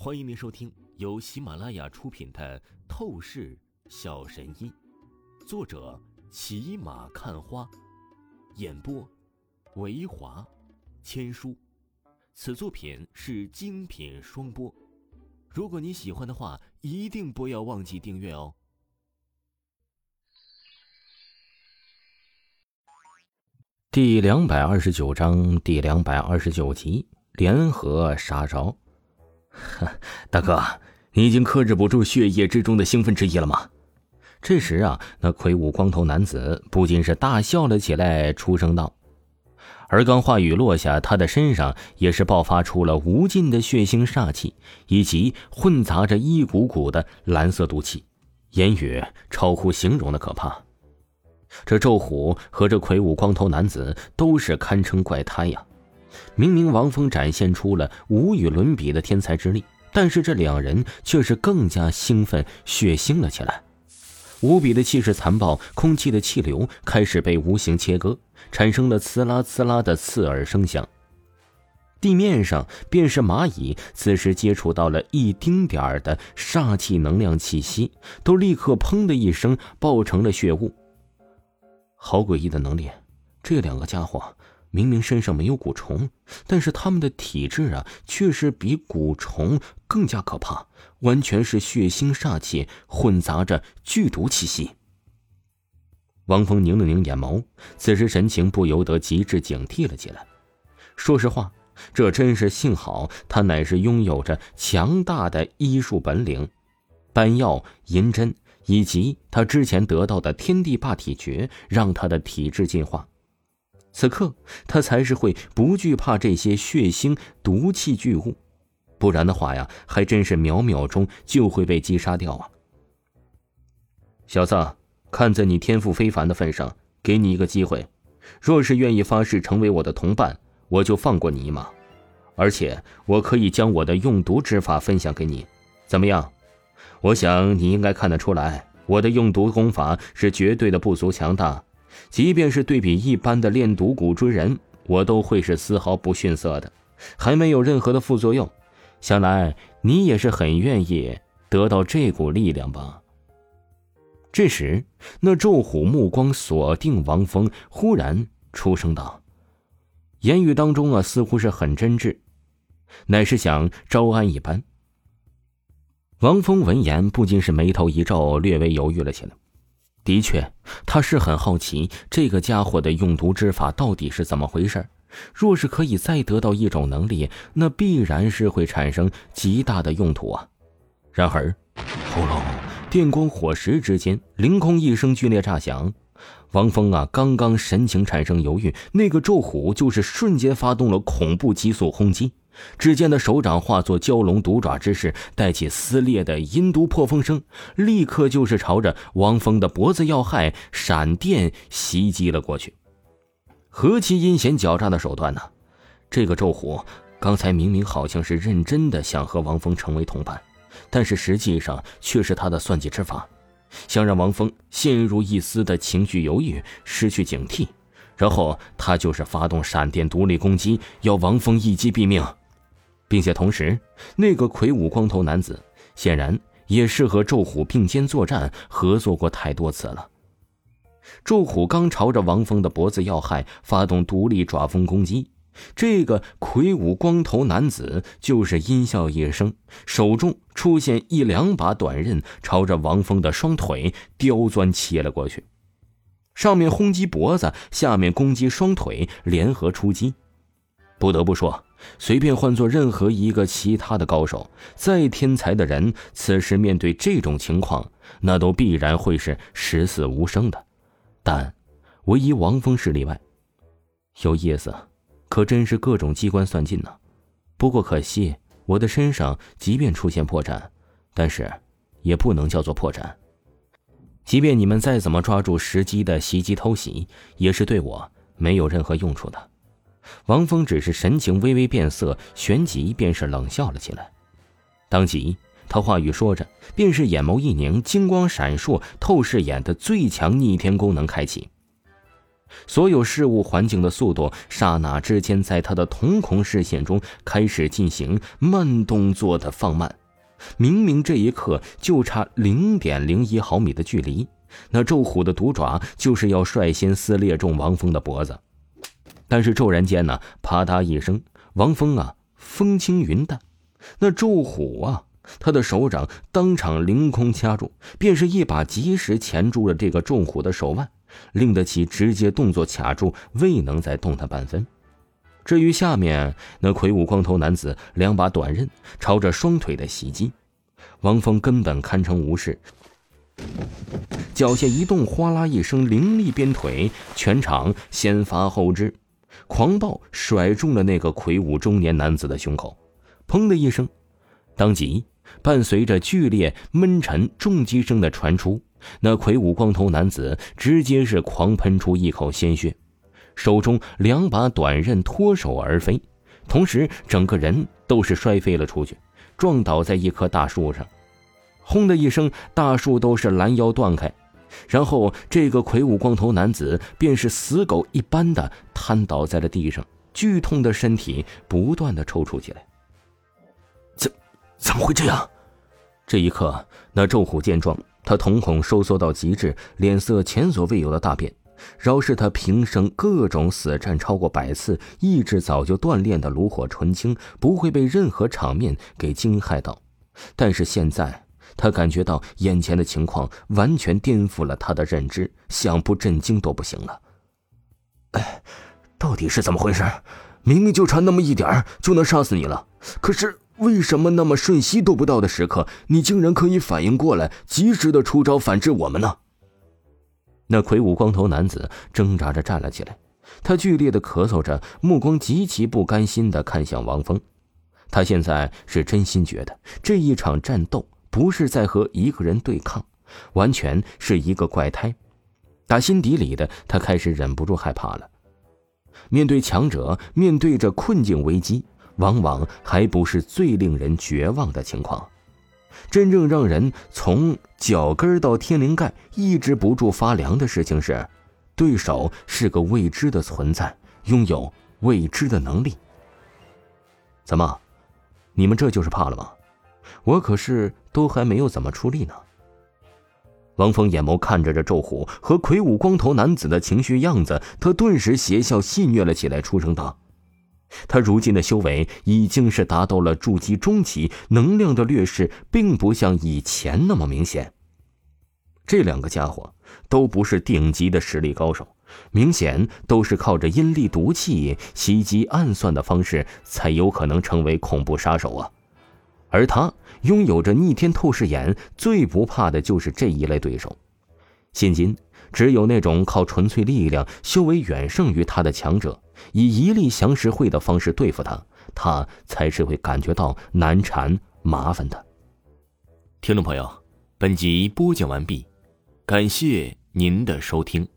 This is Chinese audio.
欢迎您收听由喜马拉雅出品的《透视小神医》，作者骑马看花，演播维华千书。此作品是精品双播。如果你喜欢的话，一定不要忘记订阅哦。 第229章第229集，联合杀招。大哥，你已经克制不住血液之中的兴奋之意了吗？这时啊，那魁梧光头男子不禁是大笑了起来，出声道。而刚话语落下，他的身上也是爆发出了无尽的血腥煞气，以及混杂着一股股的蓝色毒气，言语超乎形容的可怕。这纣虎和这魁梧光头男子都是堪称怪胎呀！明明王峰展现出了无与伦比的天才之力，但是这两人却是更加兴奋血腥了起来。无比的气势残暴，空气的气流开始被无形切割，产生了呲啦呲啦的刺耳声响。地面上便是蚂蚁此时接触到了一丁点儿的煞气能量气息，都立刻砰的一声爆成了血雾。好诡异的能力，这两个家伙明明身上没有蛊虫，但是他们的体质啊，却是比蛊虫更加可怕，完全是血腥煞气混杂着剧毒气息。王峰拧了拧眼眸，此时神情不由得极致警惕了起来。说实话，这真是幸好他乃是拥有着强大的医术本领，丹药、银针以及他之前得到的天地霸体诀，让他的体质进化。此刻他才是会不惧怕这些血腥毒气巨物，不然的话呀，还真是秒秒钟就会被击杀掉啊！小子，看在你天赋非凡的份上，给你一个机会，若是愿意发誓成为我的同伴，我就放过你一马，而且我可以将我的用毒之法分享给你，怎么样？我想你应该看得出来，我的用毒功法是绝对的不俗强大，即便是对比一般的炼毒蛊之人，我都会是丝毫不逊色的，还没有任何的副作用。想来你也是很愿意得到这股力量吧？这时，那纣虎目光锁定王峰，忽然出声道，言语当中啊，似乎是很真挚，乃是想招安一般。王峰闻言不禁是眉头一皱，略微犹豫了起来。的确，他是很好奇这个家伙的用毒之法到底是怎么回事。若是可以再得到一种能力，那必然是会产生极大的用途啊。然而，轰隆，电光火石之间，凌空一声剧烈炸响。王峰啊，刚刚神情产生犹豫，那个纣虎就是瞬间发动了恐怖急速轰击。只见的手掌化作蛟龙毒爪之势，带起撕裂的阴毒破风声，立刻就是朝着王峰的脖子要害闪电袭击了过去。何其阴险狡诈的手段呢！这个纣虎刚才明明好像是认真的想和王峰成为同伴，但是实际上却是他的算计之法，想让王峰陷入一丝的情绪犹豫，失去警惕，然后他就是发动闪电独立攻击，要王峰一击毙命。并且同时，那个魁梧光头男子显然也是和纣虎并肩作战，合作过太多次了。纣虎刚朝着王峰的脖子要害发动独立爪风攻击，这个魁梧光头男子就是阴笑一声，手中出现一两把短刃，朝着王峰的双腿刁钻切了过去。上面轰击脖子，下面攻击双腿，联合出击。不得不说，随便换做任何一个其他的高手，再天才的人，此时面对这种情况，那都必然会是十死无生的。但唯一王峰是例外。有意思，可真是各种机关算尽呢。不过可惜，我的身上即便出现破绽，但是也不能叫做破绽。即便你们再怎么抓住时机的袭击偷袭，也是对我没有任何用处的。王峰只是神情微微变色，旋即便是冷笑了起来。当即他话语说着，便是眼眸一凝，金光闪烁，透视眼的最强逆天功能开启。 所有事物环境的速度刹那之间在他的瞳孔视线中开始进行慢动作的放慢。明明这一刻就差 0.01 毫米的距离，那纣虎的毒爪就是要率先撕裂中王峰的脖子。但是骤然间呢，啪嗒一声，王峰风轻云淡。那纣虎他的手掌当场凌空掐住，便是一把及时钳住了这个纣虎的手腕，令得其直接动作卡住，未能再动弹半分。至于下面那魁梧光头男子2把短刃朝着双腿的袭击，王峰根本堪称无视，脚下一动，哗啦一声，凌厉鞭腿，全场先发后至，狂暴甩中了那个魁梧中年男子的胸口。砰的一声，当即伴随着剧烈闷沉重击声的传出，那魁梧光头男子直接是狂喷出一口鲜血，手中2把短刃脱手而飞，同时整个人都是摔飞了出去，撞倒在一棵大树上。轰的一声，大树都是拦腰断开，然后这个魁梧光头男子便是死狗一般的瘫倒在了地上，剧痛的身体不断的抽搐起来。怎么会这样？这一刻，那纣虎见状，他瞳孔收缩到极致，脸色前所未有的大变。饶是他平生各种死战超过100次，意志早就锻炼的炉火纯青，不会被任何场面给惊骇到。但是现在他感觉到眼前的情况完全颠覆了他的认知，想不震惊都不行了。到底是怎么回事？明明就差那么一点就能杀死你了，可是为什么那么瞬息都不到的时刻，你竟然可以反应过来，及时的出招反制我们呢？那魁梧光头男子挣扎着站了起来，他剧烈的咳嗽着，目光极其不甘心地看向王峰。他现在是真心觉得这一场战斗不是在和一个人对抗，完全是一个怪胎。打心底里的他开始忍不住害怕了。面对强者，面对着困境危机，往往还不是最令人绝望的情况。真正让人从脚跟到天灵盖抑制不住发凉的事情是，对手是个未知的存在，拥有未知的能力。怎么，你们这就是怕了吗？我可是都还没有怎么出力呢。王峰眼眸看着这纣虎和魁梧光头男子的情绪样子，他顿时邪笑戏谑了起来，出声道：他如今的修为已经是达到了筑基中期，能量的劣势并不像以前那么明显。这2个家伙都不是顶级的实力高手，明显都是靠着阴力毒气袭击暗算的方式才有可能成为恐怖杀手啊。而他拥有着逆天透视眼，最不怕的就是这一类对手。现今只有那种靠纯粹力量修为远胜于他的强者，以一力降十会的方式对付他，他才是会感觉到难缠麻烦的。 听众朋友，本集播讲完毕，感谢您的收听。